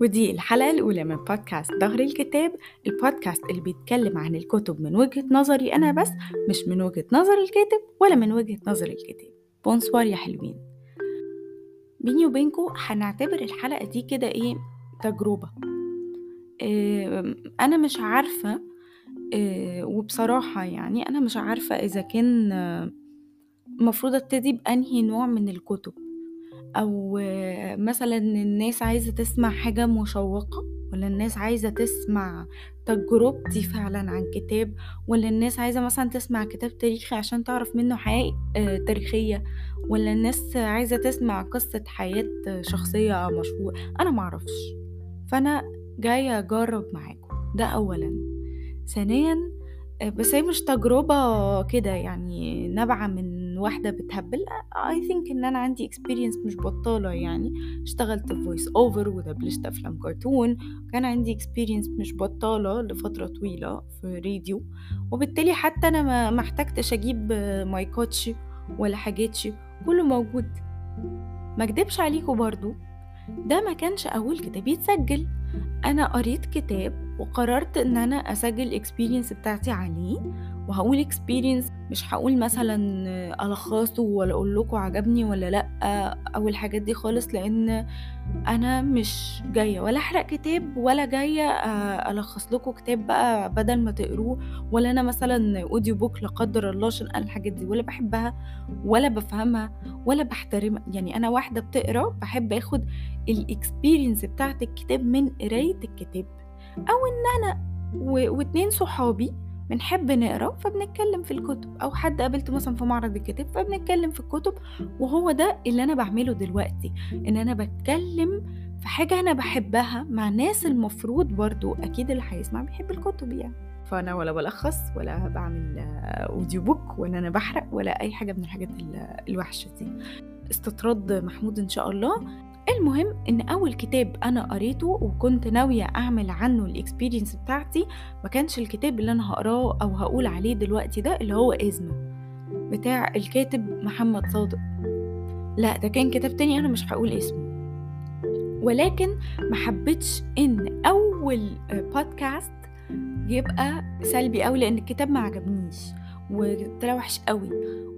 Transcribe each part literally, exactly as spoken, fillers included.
ودي الحلقة الأولى من بودكاست ظهر الكتاب، البودكاست اللي بيتكلم عن الكتب من وجهة نظري أنا بس، مش من وجهة نظر الكاتب ولا من وجهة نظر الكتاب. بونسوار يا حلوين. بيني وبينكو هنعتبر الحلقة دي كده إيه، تجربة. إيه أنا مش عارفة إيه، وبصراحة يعني أنا مش عارفة إذا كان مفروض ابتدي بأنهي نوع من الكتب، أو مثلا الناس عايزة تسمع حاجة مشوقة، ولا الناس عايزة تسمع تجربتي فعلا عن كتاب، ولا الناس عايزة مثلا تسمع كتاب تاريخي عشان تعرف منه حقائق تاريخية، ولا الناس عايزة تسمع قصة حياة شخصية مشهورة. أنا معرفش، فأنا جاية أجرب معاكم ده أولا. ثانيا بس هي مش تجربة كده يعني نابعة من واحدة بتهبل. I think ان انا عندي experience مش بطالة، يعني اشتغلت في voice over ودبلجت افلام كرتون، كان عندي experience مش بطالة لفترة طويلة في راديو، وبالتالي حتى انا ما محتاجتش اجيب مايكوتش ولا حاجاتش، كله موجود. ما اكدبش عليكم برضو، ده ما كانش اول كتاب يتسجل. انا قريت كتاب وقررت ان انا اسجل experience بتاعتي عليه، وهقول experience، مش هقول مثلا الخصه ولا اقول لكم عجبني ولا لا او الحاجات دي خالص، لان انا مش جايه ولا احرق كتاب ولا جايه الخص لكم كتاب بقى بدل ما تقروه، ولا انا مثلا اوديو بوك لا قدر الله، عشان انا الحاجات دي ولا بحبها ولا بفهمها ولا بحترمها. يعني انا واحده بتقرا بحب اخد الاكسبيرينس بتاعت الكتاب من قرايه الكتاب، او ان انا و... واتنين صحابي بنحب نقرا فبنتكلم في الكتب، او حد قابلته مثلا في معرض الكتاب فبنتكلم في الكتب. وهو ده اللي انا بعمله دلوقتي، ان انا بتكلم في حاجه انا بحبها مع ناس المفروض برضو اكيد اللي هيسمع بيحب الكتب يعني. فانا ولا بلخص ولا بعمل اوديو بوك ولا انا بحرق ولا اي حاجه من الحاجات الوحشه دي. استطراد محمود ان شاء الله. المهم ان اول كتاب انا قريته وكنت ناوية اعمل عنه الاكسبيرينس بتاعتي ما كانش الكتاب اللي انا هقراه او هقول عليه دلوقتي ده، اللي هو ازمة بتاع الكاتب محمد صادق. لا، ده كان كتاب تاني انا مش هقول اسمه. ولكن ما حبيتش ان اول بودكاست يبقى سلبي قوي، لان الكتاب ما عجبنيش وطلع وحش قوي،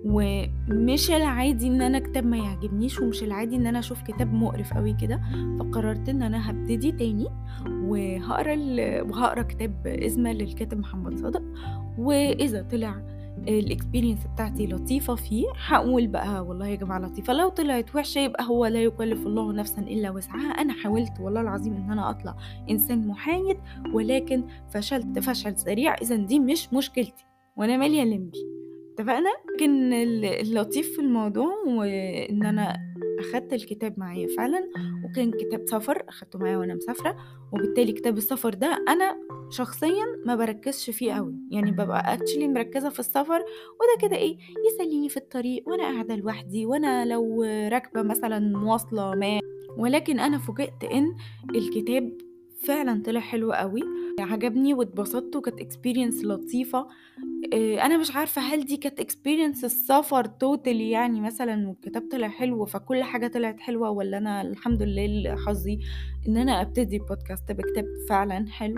ومش العادي ان انا كتاب ما يعجبنيش، ومش العادي ان انا اشوف كتاب مقرف قوي كده. فقررت ان انا هبتدي تاني وهقرا وهقرا كتاب ازمه للكاتب محمد صادق، واذا طلع الاكسبيرينس بتاعتي لطيفه فيه هقول بقى والله يا جماعه لطيفه، لو طلعت وحشه يبقى هو لا يكلف الله نفسا الا وسعها. انا حاولت والله العظيم ان انا اطلع انسان محايد، ولكن فشلت فشل ذريع. اذا دي مش مشكلتي وانا ماليه لمبي، اتفقنا. لكن اللطيف في الموضوع وان انا اخدت الكتاب معايا فعلا، وكان كتاب سفر اخدته معايا وانا مسافره، وبالتالي كتاب السفر ده انا شخصيا ما بركزش فيه قوي، يعني ببقى اكشلي مركزه في السفر وده كده ايه يسليني في الطريق وانا قاعده لوحدي، وانا لو راكبه مثلا مواصله ما. ولكن انا فوجئت ان الكتاب فعلا طلع حلو قوي، عجبني واتبسطت وكانت اكسبيرينس لطيفه. انا مش عارفه هل دي كانت اكسبيرينس السفر توتالي يعني مثلا والكتاب طلع حلو فكل حاجه طلعت حلوه، ولا انا الحمد لله حظي ان انا ابتدي بودكاست بكتاب فعلا حلو.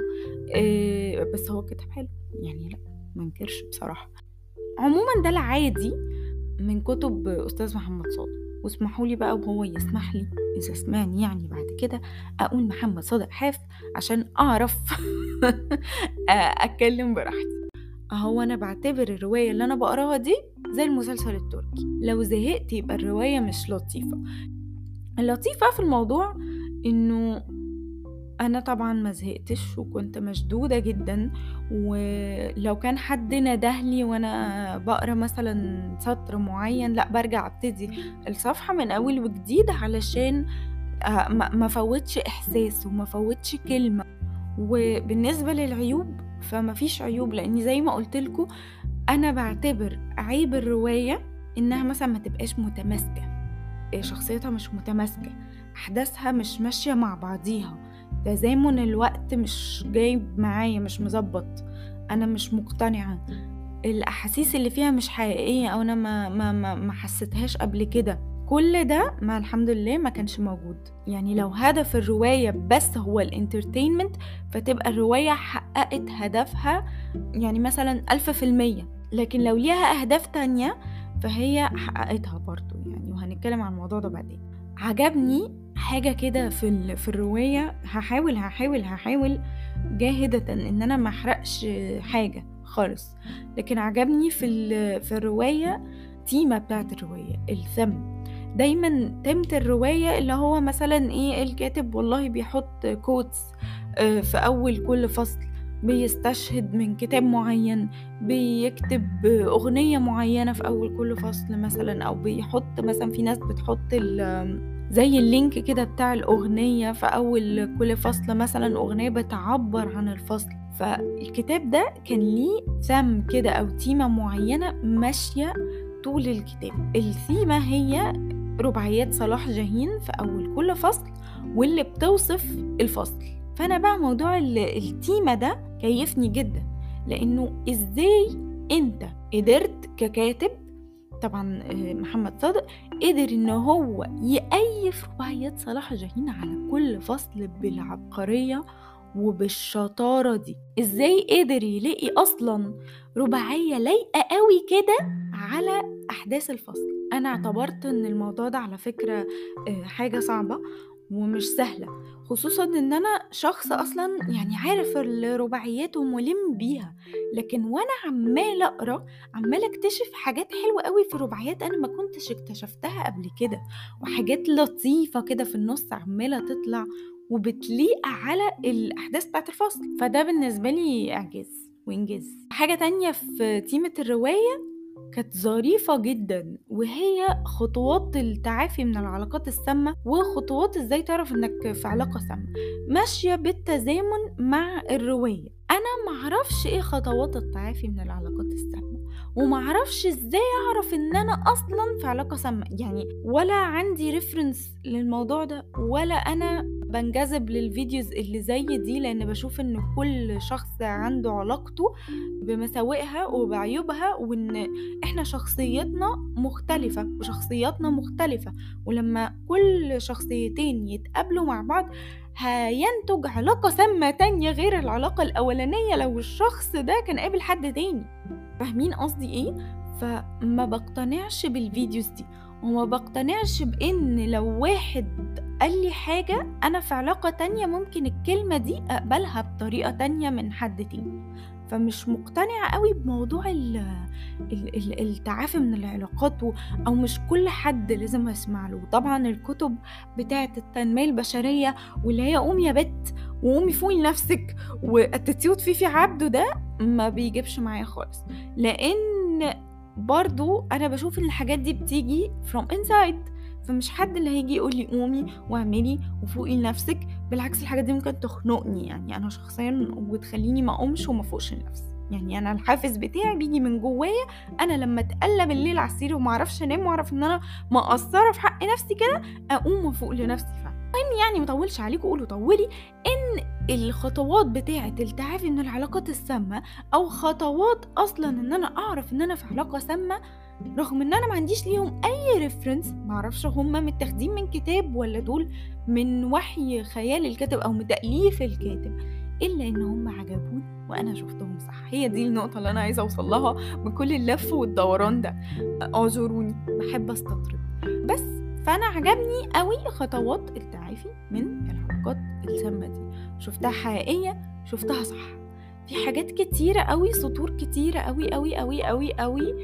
بس هو كتاب حلو يعني، لا ما انكرش بصراحه. عموما ده العادي من كتب استاذ محمد صادق، واسمحوا لي بقى وهو يسمح لي اذا سمعني يعني بعد كده اقول محمد صادق حاف عشان اعرف اتكلم براحتي. هو انا بعتبر الرواية اللي انا بقراها دي زي المسلسل التركي، لو زهقت يبقى الرواية مش لطيفة. اللطيفة في الموضوع انه انا طبعا ما زهقتش وكنت مشدودة جدا، ولو كان حد ندهلي وانا بقرا مثلا سطر معين لا برجع ابتدي الصفحة من اول وجديد علشان ما فوتش احساس وما فوتش كلمة. وبالنسبة للعيوب فما فيش عيوب، لاني زي ما قلت لكم انا بعتبر عيب الرواية انها مثلا ما تبقاش متماسكة، شخصيتها مش متماسكة، احداثها مش ماشية مع بعضيها، تزامن الوقت مش جايب معايا، مش مزبط، انا مش مقتنعة، الاحاسيس اللي فيها مش حقيقية او انا ما, ما, ما, ما حسيتهاش قبل كده. كل ده ما الحمد لله ما كانش موجود. يعني لو هدف الرواية بس هو الانترتينمنت فتبقى الرواية حققت هدفها يعني مثلا ألف في المية، لكن لو ليها أهداف تانية فهي حققتها برضو يعني، وهنتكلم عن الموضوع ده بعدين. عجبني حاجة كده في, ال... في الرواية، هحاول هحاول هحاول جاهدة ان انا ما احرقش حاجة خالص، لكن عجبني في, ال... في الرواية تيمة بتاعت الرواية، الثم. دايما تيمة الرواية اللي هو مثلا ايه، الكاتب والله بيحط كوتس في اول كل فصل، بيستشهد من كتاب معين، بيكتب أغنية معينة في أول كل فصل مثلا، أو بيحط مثلا، في ناس بتحط زي اللينك كده بتاع الأغنية في أول كل فصل، مثلا أغنية بتعبر عن الفصل. فالكتاب ده كان ليه ثم كده أو تيمة معينة ماشية طول الكتاب. الثيمة هي رباعيات صلاح جاهين في أول كل فصل واللي بتوصف الفصل. فأنا بقى موضوع التيمة ده كيفني جدا، لأنه إزاي أنت قدرت ككاتب، طبعا محمد صادق قدر إنه هو يأيف رباعيات صلاح جاهين على كل فصل بالعبقرية وبالشطارة دي. إزاي قدر يلاقي أصلا رباعية لايقة قوي كده على أحداث الفصل. أنا اعتبرت إن الموضوع ده على فكرة حاجة صعبة ومش سهلة، خصوصا ان انا شخص اصلا يعني عارف الرباعيات وملم بيها، لكن وانا عمال اقرا عمال اكتشف حاجات حلوة قوي في الرباعيات انا ما كنتش اكتشفتها قبل كده، وحاجات لطيفة كده في النص عمالة تطلع وبتليق على الاحداث بتاعت الفصل. فده بالنسبة لي اعجاز وانجاز. حاجة تانية في تيمة الرواية كانت ظريفة جدا، وهي خطوات التعافي من العلاقات السامة، وخطوات ازاي تعرف انك في علاقة سامة، ماشية بالتزامن مع الرواية. انا معرفش ايه خطوات التعافي من العلاقات السامة، ومعرفش ازاي اعرف ان انا اصلا في علاقة سامة يعني، ولا عندي ريفرنس للموضوع ده، ولا انا بنجذب للفيديوز اللي زي دي، لان بشوف ان كل شخص عنده علاقته بمساوئها وبعيوبها، وان احنا شخصيتنا مختلفة وشخصياتنا مختلفة، ولما كل شخصيتين يتقابلوا مع بعض هينتج علاقة سامة تانية غير العلاقة الأولانية لو الشخص ده كان قابل حد تاني. فاهمين قصدي ايه؟ فما بقتنعش بالفيديوز دي، وما بقتنعش بان لو واحد قال لي حاجة انا في علاقة تانية ممكن الكلمة دي اقبلها بطريقة تانية من حد تاني. فمش مقتنعة قوي بموضوع التعافي من العلاقات، او مش كل حد لازم اسمع له. طبعا الكتب بتاعة التنمية البشرية واللي هي قومي يا بت وقومي فوقي لنفسك واتيتيود فيفي عبده ده ما بيجيبش معايا خالص، لان برضو انا بشوف ان الحاجات دي بتيجي from inside، فمش حد اللي هيجي يقول لي قومي واعملي وفوقي لنفسك. بالعكس الحاجات دي ممكن تخنقني يعني انا شخصيا وتخليني ما اقومش وما فوقش لنفسي. يعني انا الحافز بتاعي بيجي من جوايا، انا لما اتقلب الليل على السرير وما اعرفش انام واعرف ان انا مقصره في حق نفسي كده اقوم وفوق لنفسي. فالمهم يعني مطولش عليكم، قولوا طولي، ان الخطوات بتاعه التعافي من العلاقات السامه او خطوات اصلا ان انا اعرف ان انا في علاقه سامه، رغم ان انا ما عنديش ليهم اي ريفرنس، معرفش هم متاخدين من كتاب ولا دول من وحي خيال الكاتب او من تأليف الكاتب، الا ان هم عجبوني وانا شفتهم صح. هي دي النقطه اللي انا عايزه اوصل لها بكل اللف والدوران ده. اعذروني بحب استطرد بس. فانا عجبني قوي خطوات التعافي من العلاقات السامه دي، شفتها حقيقيه، شفتها صح. في حاجات كتيره قوي، سطور كتيره قوي قوي قوي قوي قوي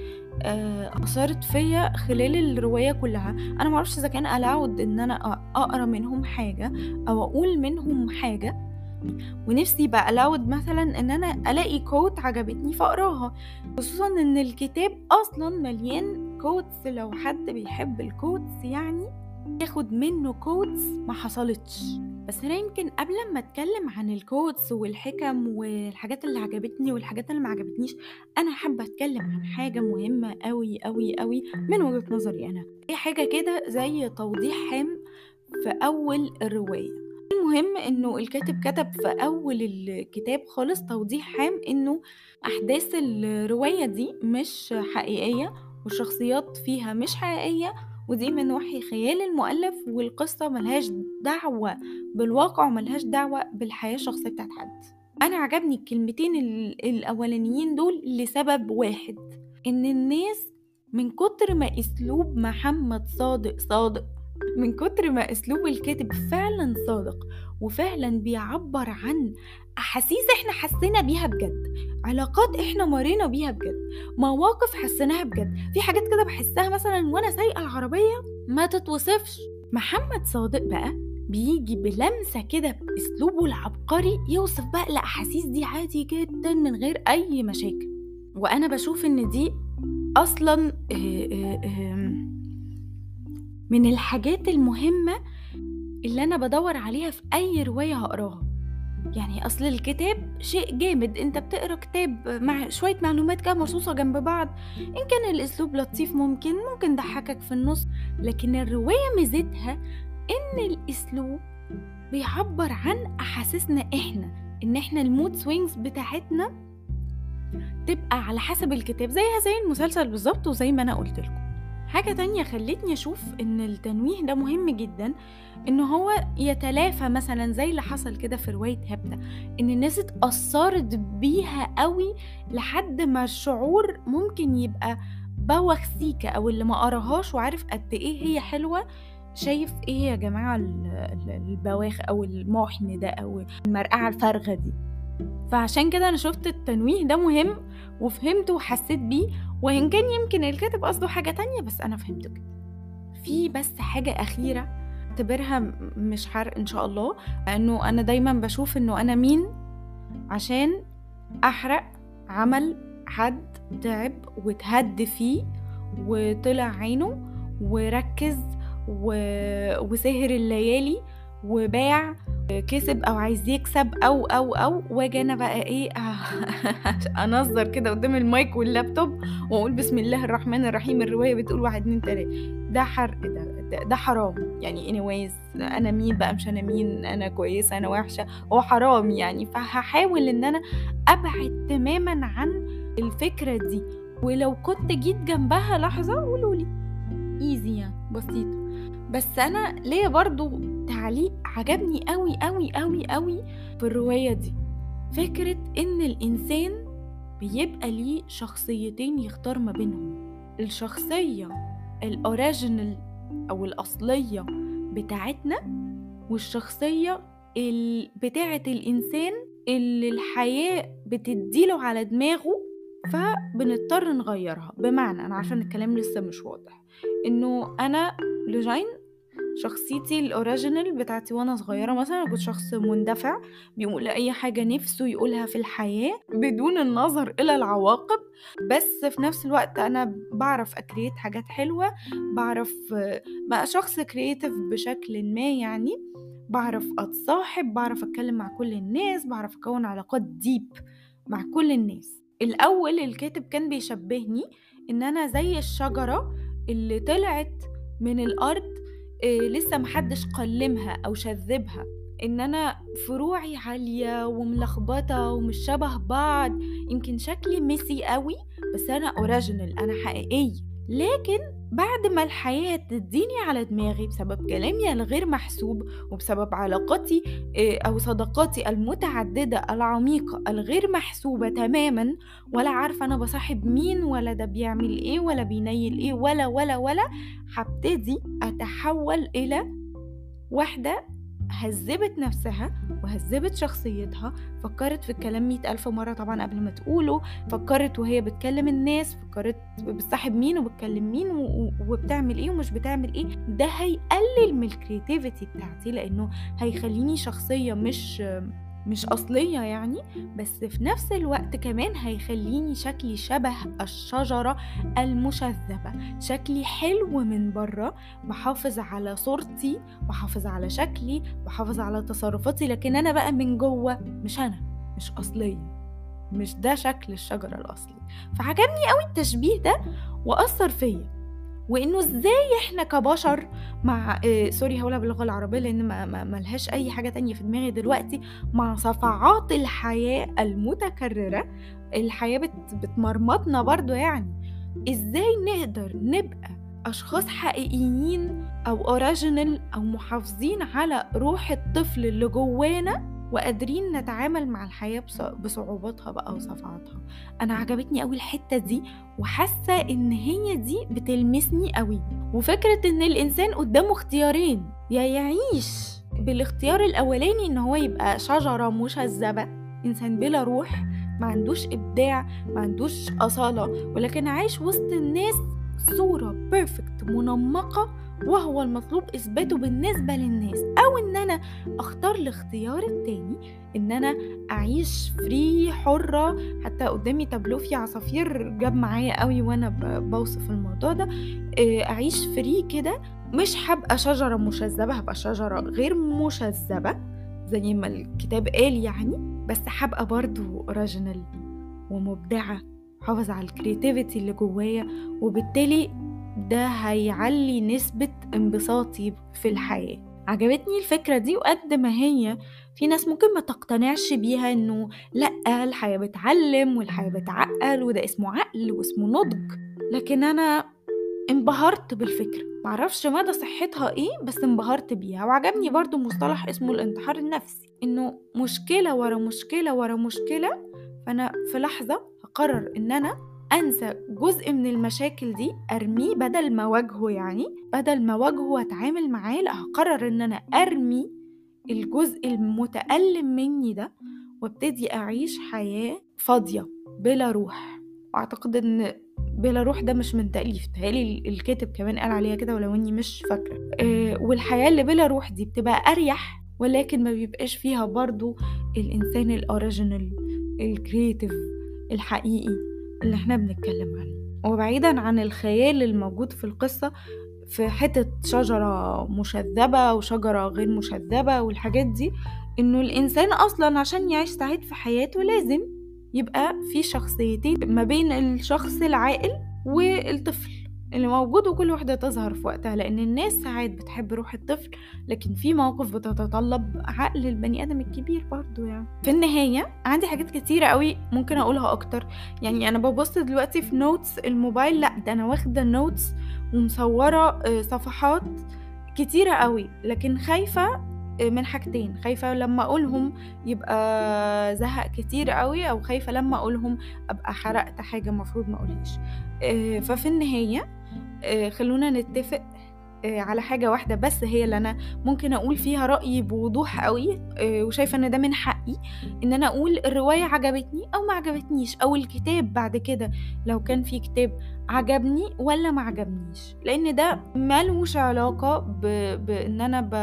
أثرت فيا خلال الرواية كلها. أنا معرفش إذا كان ألاود إن أنا أقرأ منهم حاجة أو أقول منهم حاجة، ونفسي بقى ألاود مثلا إن أنا ألاقي كوت عجبتني فأقراها، خصوصا إن الكتاب أصلا مليان كوتس. لو حد بيحب الكوتس يعني ياخد منه كوتس ما حصلتش. بس أنا يمكن قبل ما أتكلم عن الكوتس والحكم والحاجات اللي عجبتني والحاجات اللي ما عجبتنيش، أنا حابة أتكلم عن حاجة مهمة قوي قوي قوي من وجهة نظري أنا. هي حاجة كده زي توضيح هام في أول الرواية. المهم إنه الكاتب كتب في أول الكتاب خالص توضيح هام إنه أحداث الرواية دي مش حقيقية، والشخصيات فيها مش حقيقية، ودي من وحي خيال المؤلف، والقصة ملهاش دعوة بالواقع وملهاش دعوة بالحياة الشخصية بتاعت حد. أنا عجبني الكلمتين الأولانيين دول لسبب واحد، إن الناس من كتر ما أسلوب محمد صادق صادق من كتر ما أسلوب الكاتب فعلا صادق وفعلا بيعبر عن أحاسيس إحنا حسينا بيها بجد، علاقات إحنا مرينا بيها بجد، مواقف حسيناها بجد. في حاجات كده بحسها مثلا وأنا سايقة العربية ما تتوصفش. محمد صادق بقى بيجي بلمسة كده بأسلوبه العبقري يوصف بقى الأحاسيس دي عادي جدا من غير أي مشاكل. وأنا بشوف إن دي أصلا من الحاجات المهمة اللي أنا بدور عليها في أي رواية هقراها. يعني أصل الكتاب شيء جامد، أنت بتقرأ كتاب مع شوية معلومات كده مرصوصة جنب بعض، إن كان الأسلوب لطيف ممكن ممكن ضحكك في النص، لكن الرواية ميزتها إن الأسلوب بيعبر عن أحاسيسنا إحنا، إن إحنا المود سوينجز بتاعتنا تبقى على حسب الكتاب، زيها زي المسلسل بالظبط. وزي ما أنا قلت لكم حاجة تانية خلتني أشوف إن التنويه ده مهم جدا، إنه هو يتلافى مثلا زي اللي حصل كده في رواية هبدة، إن الناس اتأثرت بيها قوي لحد ما الشعور ممكن يبقى بوخ سيكة، أو اللي ما قراهاش وعارف قد إيه هي حلوة شايف إيه يا جماعة البواخ أو المحن ده أو المرقعة الفارغة دي. فعشان كده أنا شفت التنويه ده مهم وفهمته وحسيت بيه، وإن كان يمكن الكاتب قصده حاجة تانية بس أنا فهمته كده. في بس حاجة أخيرة اعتبرها مش حرق إن شاء الله، لأنه أنا دايما بشوف إنه أنا مين عشان أحرق عمل حد تعب وتهد فيه وطلع عينه وركز و... وسهر الليالي وباع كسب او عايز يكسب او او او واجي انا بقى ايه انظر كده قدام المايك واللابتوب واقول بسم الله الرحمن الرحيم الرواية بتقول واحد اتنين تلاتة. ده حرق، ده, ده ده حرام يعني. anyways انا مين بقى؟ مش انا مين، انا كويسة انا وحشة، هو حرام يعني. فهحاول ان انا ابعد تماما عن الفكرة دي، ولو كنت جيت جنبها لحظة قولولي ايزي يعني بسيطة. بس انا ليه برضو تعليق عجبني قوي قوي قوي قوي في الرواية دي، فكرة ان الانسان بيبقى ليه شخصيتين يختار ما بينهم، الشخصية الاوريجينال او الاصلية بتاعتنا، والشخصية بتاعة الانسان اللي الحياة بتديله على دماغه فبنضطر نغيرها. بمعنى انا عشان الكلام لسه مش واضح، انه انا لجين شخصيتي الاوريجينال بتاعتي وانا صغيره مثلا كنت شخص مندفع بيقول اي حاجه نفسه يقولها في الحياه بدون النظر الى العواقب، بس في نفس الوقت انا بعرف اكريت حاجات حلوه، بعرف بقى شخص كرييتيف بشكل ما، يعني بعرف اتصاحب، بعرف اتكلم مع كل الناس، بعرف اكون علاقات ديب مع كل الناس. الاول الكاتب كان بيشبهني ان انا زي الشجره اللي طلعت من الارض إيه لسه محدش قلمها او شذبها، ان انا فروعي عالية وملخبطة ومش شبه بعض، يمكن شكلي ميسي قوي بس انا اوريجينال، انا حقيقي. لكن بعد ما الحياة تديني على دماغي بسبب كلامي الغير محسوب وبسبب علاقاتي أو صداقاتي المتعددة العميقة الغير محسوبة تماما، ولا عارفة أنا بصاحب مين ولا ده بيعمل إيه ولا بينيل إيه ولا ولا ولا هبتدي أتحول إلى واحدة هذبت نفسها وهذبت شخصيتها، فكرت في الكلام مئة ألف مرة طبعا قبل ما تقوله، فكرت وهي بتكلم الناس، فكرت بتصاحب مين وبتكلم مين وبتعمل ايه ومش بتعمل ايه. ده هيقلل من الكرياتيفيتي بتاعتي لأنه هيخليني شخصية مش مش أصلية يعني، بس في نفس الوقت كمان هيخليني شكلي شبه الشجرة المشذبة، شكلي حلو من بره، بحافظ على صورتي، بحافظ على شكلي، بحافظ على تصرفاتي، لكن أنا بقى من جوه مش أنا، مش أصلية، مش ده شكل الشجرة الأصلي. فعجبني قوي التشبيه ده وأثر فيا، وإنه إزاي إحنا كبشر مع إيه سوري هقولها باللغة العربية لأن ما, ما ملهاش أي حاجة تانية في دماغي دلوقتي، مع صفعات الحياة المتكررة، الحياة بت بتمرمطنا برضو يعني، إزاي نقدر نبقى أشخاص حقيقيين أو أوريجينال أو محافظين على روح الطفل اللي جوانا وقادرين نتعامل مع الحياة بصعوباتها بقى وصفعاتها. أنا عجبتني قوي الحتة دي، وحاسة إن هي دي بتلمسني قوي. وفكرة إن الإنسان قدامه اختيارين، يا يعيش بالاختيار الأولاني إن هو يبقى شجرة مشذبة، إنسان بلا روح، ما عندوش إبداع، ما عندوش أصالة، ولكن عايش وسط الناس صورة بيرفكت منمقة وهو المطلوب إثباته بالنسبة للناس. أو إن أنا أختار الاختيار التاني، إن أنا أعيش فري حرة. حتى قدامي تابلو فيه عصافير جاب معايا قوي وأنا بوصف الموضوع ده. أعيش فري كده، مش هبقى شجرة مشذبة، هبقى شجرة غير مشذبة زي ما الكتاب قال يعني، بس هبقى برضو اوريجينال ومبدعة، حافظ على الكرياتيفيتي اللي جوايا، وبالتالي ده هيعلي نسبة انبساطي في الحياة. عجبتني الفكرة دي، وقد ما هي في ناس ممكن ما تقتنعش بيها انه لأ الحياة بتعلم والحياة بتعقل وده اسمه عقل واسمه نضج، لكن انا انبهرت بالفكرة. معرفش مدى صحتها ايه، بس انبهرت بيها. وعجبني برضو مصطلح اسمه الانتحار النفسي، انه مشكلة ورا مشكلة ورا مشكلة، فانا في لحظة هقرر ان انا انسى جزء من المشاكل دي، ارميه بدل ما واجهه. يعني بدل ما واجهه واتعامل معاه، لا، هقرر ان انا ارمي الجزء المتألم مني ده وابتدي اعيش حياة فاضية بلا روح. واعتقد ان بلا روح ده مش من تأليف، تهيالي الكاتب كمان قال عليها كده ولو اني مش فاكرة. أه والحياة اللي بلا روح دي بتبقى اريح، ولكن ما بيبقاش فيها برضو الانسان الاوريجينال الكرياتيف الحقيقي اللي احنا بنتكلم عنه. وبعيدا عن الخيال الموجود في القصة في حتة شجرة مشذبة وشجرة غير مشذبة والحاجات دي، انه الانسان اصلا عشان يعيش سعيد في حياته لازم يبقى في شخصيتين ما بين الشخص العاقل والطفل اللي موجود، وكل واحدة تظهر في وقتها، لأن الناس ساعات بتحب روح الطفل، لكن في مواقف بتتطلب عقل البني آدم الكبير برضو. يعني في النهاية عندي حاجات كتيرة قوي ممكن أقولها أكتر. يعني أنا ببص دلوقتي في نوتس الموبايل، لأ ده أنا واخدة نوتس ومصورة صفحات كتيرة قوي، لكن خايفة من حاجتين. خايفة لما أقولهم يبقى زهق كتير قوي، أو خايفة لما أقولهم أبقى حرقت حاجة مفروض ما أقولهاش. ففي النهاية خلونا نتفق على حاجة واحدة بس هي اللي أنا ممكن أقول فيها رأيي بوضوح قوي، وشايفة أن ده من حقي أن أنا أقول الرواية عجبتني أو ما عجبتنيش، أو الكتاب بعد كده لو كان في كتاب عجبني ولا ما عجبنيش، لأن ده مالوش علاقة ب... بأن أنا ب...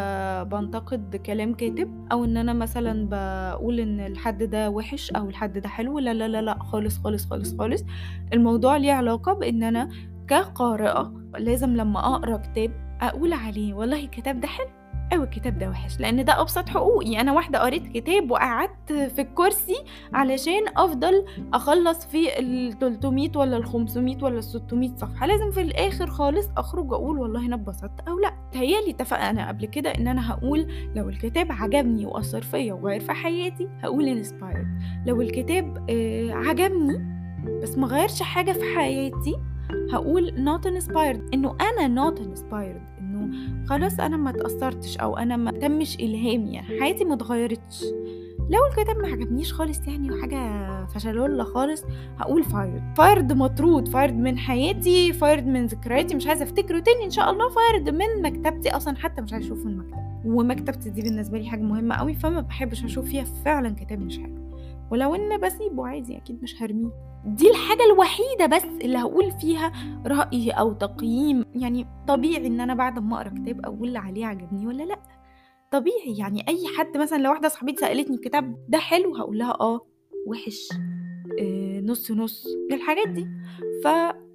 بنتقد كلام كاتب، أو أن أنا مثلا بقول أن الحد ده وحش أو الحد ده حلو. لا لا لا لا خالص خالص خالص خالص. الموضوع ليه علاقة بأن أنا كقارئة لازم لما أقرأ كتاب أقول عليه والله الكتاب ده حلو أو الكتاب ده وحش، لأن ده أبسط حقوقي. أنا واحدة قريت كتاب وقعدت في الكرسي علشان أفضل أخلص في ال ثلاثمية ولا ال خمسمية ولا ال ستمية صفحة، لازم في الآخر خالص أخرج أقول والله أنا اتبسطت أو لأ. تهيالي اتفقنا قبل كده إن أنا هقول لو الكتاب عجبني وأثر فيا وغير في حياتي هقول inspired. لو الكتاب آه عجبني بس ما غيرش حاجة في حياتي هقول not inspired، إنه أنا not inspired، إنه خلاص أنا ما تأثرتش أو أنا ما تمش إلهامي، يعني حياتي ما تغيرتش. لو الكتاب ما عجبنيش خالص يعني وحاجة فشلولة خالص هقول fired fired مطرود، fired من حياتي، fired من ذكرياتي، مش عايزة افتكره تاني إن شاء الله، fired من مكتبتي أصلا، حتى مش عايزة أشوف المكتب، ومكتبتي دي بالنسبة لي حاجة مهمة قوي، فما بحبش أشوف فيها فعلا كتاب مش حلو، ولو إن بسيبه عادي أكيد مش هرميه. دي الحاجة الوحيدة بس اللي هقول فيها رأيي أو تقييم. يعني طبيعي إن أنا بعد ما أقرأ كتاب أقول عليه عجبني ولا لأ، طبيعي. يعني أي حد مثلا لو واحدة صاحبتي سألتني الكتاب ده حلو هقول لها آه، وحش، آه، نص نص، الحاجات دي. ف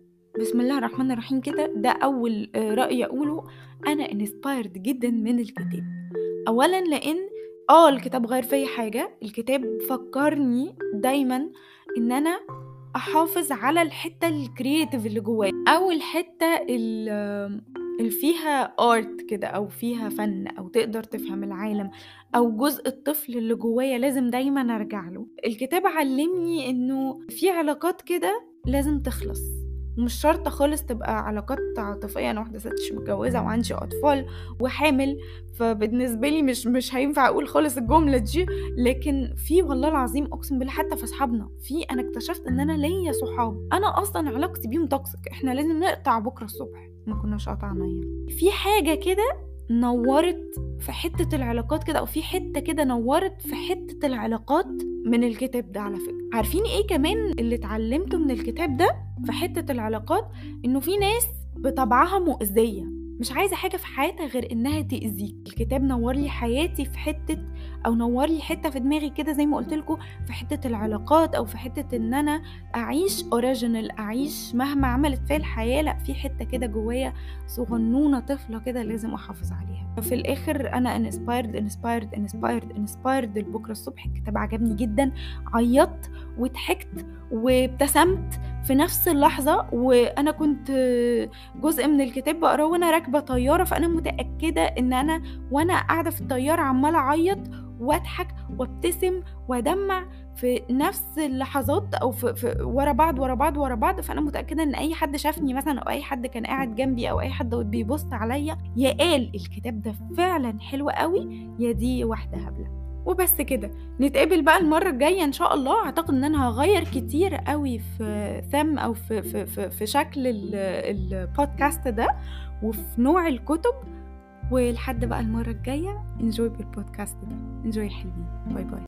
بسم الله الرحمن الرحيم كده، ده أول رأي أقوله. أنا inspired جدا من الكتاب، أولا لأن آه الكتاب غير فيا حاجة، الكتاب فكرني دايما إن أنا أحافظ على الحتة الكرياتيف اللي جوايا، أو الحتة اللي فيها آرت كده، أو فيها فن، أو تقدر تفهم العالم، أو جزء الطفل اللي جوايا لازم دايما أرجع له. الكتاب علمني إنه في علاقات كده لازم تخلص، ومش شرط خالص تبقى علاقات عاطفية. أنا واحدة ست مش متجوزة وعندي أطفال وحامل، فبالنسبة لي مش مش هينفع أقول خالص الجملة دي. لكن في والله العظيم أقسم بالله حتى في أصحابنا، في أنا اكتشفت إن أنا ليا صحاب أنا أصلا علاقتي بيهم توكسيك، إحنا لازم نقطع بكرة الصبح، ما كناش قطعنا يعني. في حاجة كده نورت في حتة العلاقات كده، أو في حتة كده نورت في حتة العلاقات من الكتاب ده. على فكرة عارفين إيه كمان اللي اتعلمته من الكتاب ده في حتة العلاقات؟ إنه في ناس بطبعها مؤذية، مش عايزة حاجة في حياتها غير إنها تأذيك. الكتاب نور لي حياتي في حتة، أو نور لي حتة في دماغي كده زي ما قلت لكم، في حتة العلاقات، أو في حتة إن أنا أعيش أوريجينال، أعيش مهما عملت فيها الحياة. لأ، في حتة كده جوايا صغنونة طفلة كده لازم أحافظ عليها. في الآخر أنا انسبايرد انسبايرد انسبايرد انسبايرد لبكرة الصبح. الكتاب عجبني جدا، عيطت وضحكت وابتسمت في نفس اللحظة. وأنا كنت جزء من الكتاب بقراه وأنا راكبة طيارة، فأنا متأكدة إن أنا وأنا قاعدة في الطيارة عمالة أعيط واضحك وابتسم ودمع في نفس اللحظات، او في, في ورا بعض ورا بعض ورا بعض. فانا متاكده ان اي حد شافني مثلا، او اي حد كان قاعد جنبي، او اي حد بيبص عليا، يا قال الكتاب ده فعلا حلو قوي، يا دي واحده هبله. وبس كده، نتقابل بقى المره الجايه ان شاء الله. اعتقد ان انا هغير كتير قوي في ثم او في في في, في شكل البودكاست ده وفي نوع الكتب. ولحد بقى المره الجايه انجوي بالبودكاست ده، انجوي حلوين. باي باي.